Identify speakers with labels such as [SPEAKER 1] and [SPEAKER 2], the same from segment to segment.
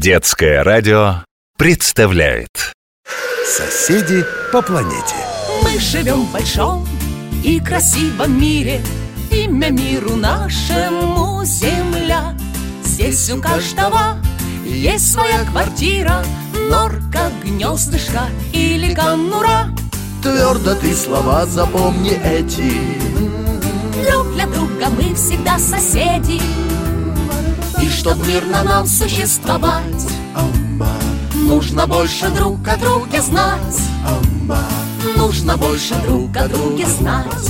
[SPEAKER 1] Детское радио представляет
[SPEAKER 2] Соседи по планете.
[SPEAKER 3] Мы живем в большом и красивом мире. Имя миру нашему Земля. Здесь у каждого есть своя квартира, норка, гнездышко или конура.
[SPEAKER 2] Твердо ты слова запомни эти.
[SPEAKER 3] Друг для друга мы всегда соседи. И чтоб мирно нам существовать, нужно больше друг о друге знать. Нужно больше друг о друге знать.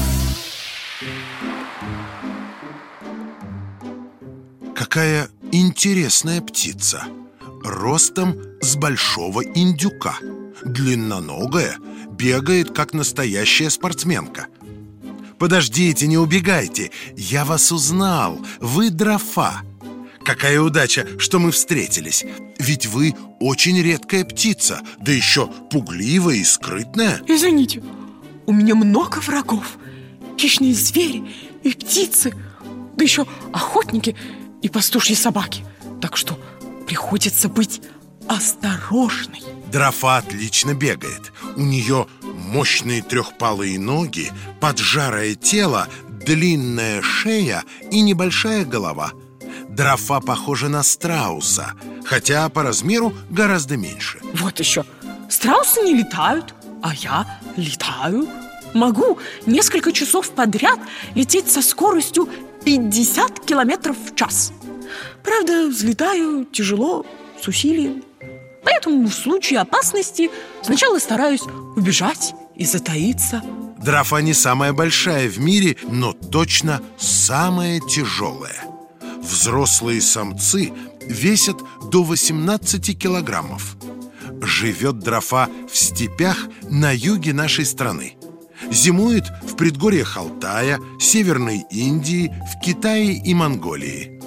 [SPEAKER 2] Какая интересная птица. Ростом с большого индюка. Длинноногая, бегает, как настоящая спортсменка. Подождите, не убегайте. Я вас узнал. Вы Дрофа. Какая удача, что мы встретились. Ведь вы очень редкая птица, да еще пугливая и скрытная.
[SPEAKER 4] Извините, у меня много врагов. Хищные звери и птицы, да еще охотники и пастушьи собаки. Так что приходится быть осторожной.
[SPEAKER 2] Дрофа отлично бегает. У нее мощные трехпалые ноги, поджарое тело, длинная шея и небольшая голова. Дрофа похожа на страуса, хотя по размеру гораздо меньше.
[SPEAKER 4] Вот еще, страусы не летают, а я летаю. Могу несколько часов подряд лететь со скоростью 50 километров в час. Правда, взлетаю тяжело, с усилием. Поэтому в случае опасности сначала стараюсь убежать и затаиться.
[SPEAKER 2] Дрофа не самая большая в мире, но точно самая тяжелая. Взрослые самцы весят до 18 килограммов. Живет Дрофа в степях на юге нашей страны. Зимует в предгорьях Алтая, Северной Индии, в Китае и Монголии.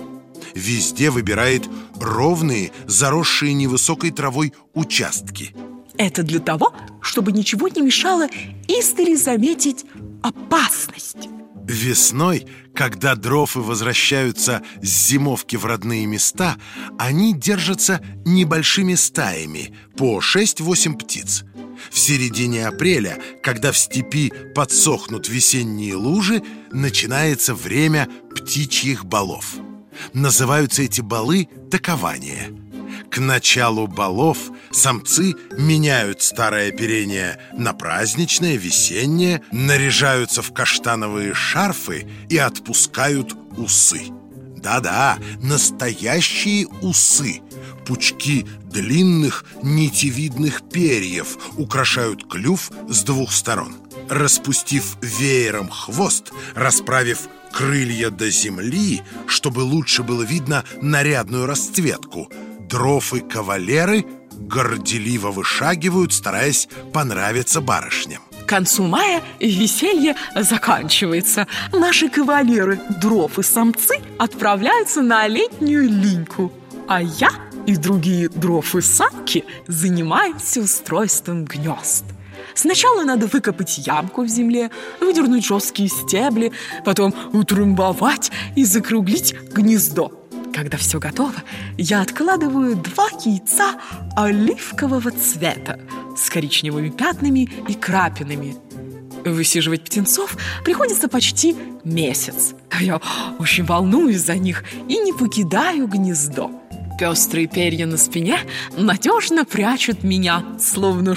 [SPEAKER 2] Везде выбирает ровные, заросшие невысокой травой участки.
[SPEAKER 4] Это для того, чтобы ничего не мешало издали заметить опасность.
[SPEAKER 2] Весной, когда дрофы возвращаются с зимовки в родные места, они держатся небольшими стаями, по 6-8 птиц. В середине апреля, когда в степи подсохнут весенние лужи, начинается время птичьих балов. Называются эти балы такования. К началу балов самцы меняют старое оперение на праздничное, весеннее, наряжаются в каштановые шарфы и отпускают усы. Да-да, настоящие усы. Пучки длинных нитевидных перьев украшают клюв с двух сторон. Распустив веером хвост, расправив крылья до земли, чтобы лучше было видно нарядную расцветку, дрофы-кавалеры горделиво вышагивают, стараясь понравиться барышням.
[SPEAKER 4] К концу мая веселье заканчивается. Наши кавалеры, дрофы-самцы, отправляются на летнюю линьку. А я и другие дрофы-самки занимаемся устройством гнезд. Сначала надо выкопать ямку в земле, выдернуть жесткие стебли, потом утрамбовать и закруглить гнездо. Когда все готово, я откладываю 2 яйца оливкового цвета с коричневыми пятнами и крапинами. Высиживать птенцов приходится почти месяц. Я очень волнуюсь за них и не покидаю гнездо. Пестрые перья на спине надежно прячут меня, словно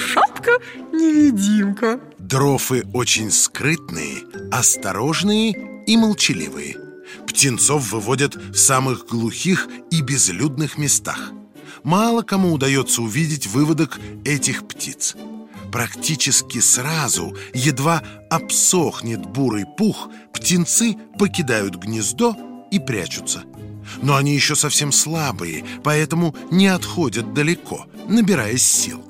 [SPEAKER 4] шапка-невидимка.
[SPEAKER 2] Дрофы очень скрытные, осторожные и молчаливые. Птенцов выводят в самых глухих и безлюдных местах. Мало кому удается увидеть выводок этих птиц. Практически сразу, едва обсохнет бурый пух, птенцы покидают гнездо и прячутся. Но они еще совсем слабые, поэтому не отходят далеко, набираясь сил.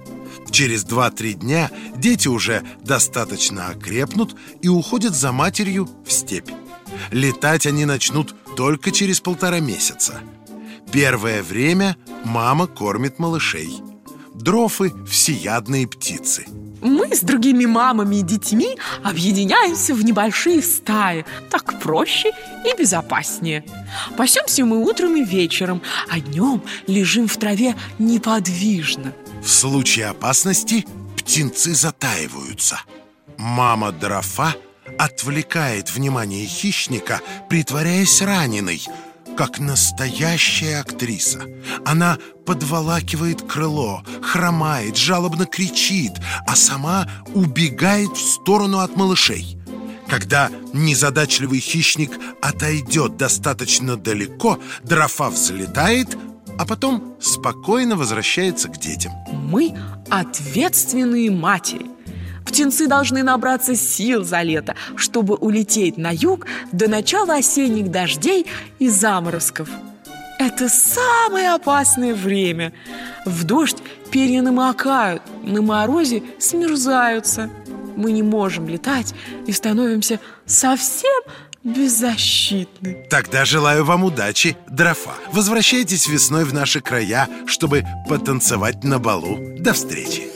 [SPEAKER 2] Через 2-3 дня дети уже достаточно окрепнут и уходят за матерью в степь. Летать они начнут только через 1,5 месяца. Первое время мама кормит малышей. Дрофы – всеядные птицы.
[SPEAKER 4] Мы с другими мамами и детьми объединяемся в небольшие стаи. Так проще и безопаснее. Пасемся мы утром и вечером, а днем лежим в траве неподвижно.
[SPEAKER 2] В случае опасности птенцы затаиваются. Мама-дрофа отвлекает внимание хищника, притворяясь раненой, как настоящая актриса. Она подволакивает крыло, хромает, жалобно кричит, а сама убегает в сторону от малышей. Когда незадачливый хищник отойдет достаточно далеко, дрофа взлетает, а потом спокойно возвращается к детям.
[SPEAKER 4] Мы ответственные матери. Птенцы должны набраться сил за лето, чтобы улететь на юг до начала осенних дождей и заморозков. Это самое опасное время. В дождь перья намокают, на морозе смерзаются. Мы не можем летать и становимся совсем беззащитны.
[SPEAKER 2] Тогда желаю вам удачи, дрофа. Возвращайтесь весной в наши края, чтобы потанцевать на балу. До встречи!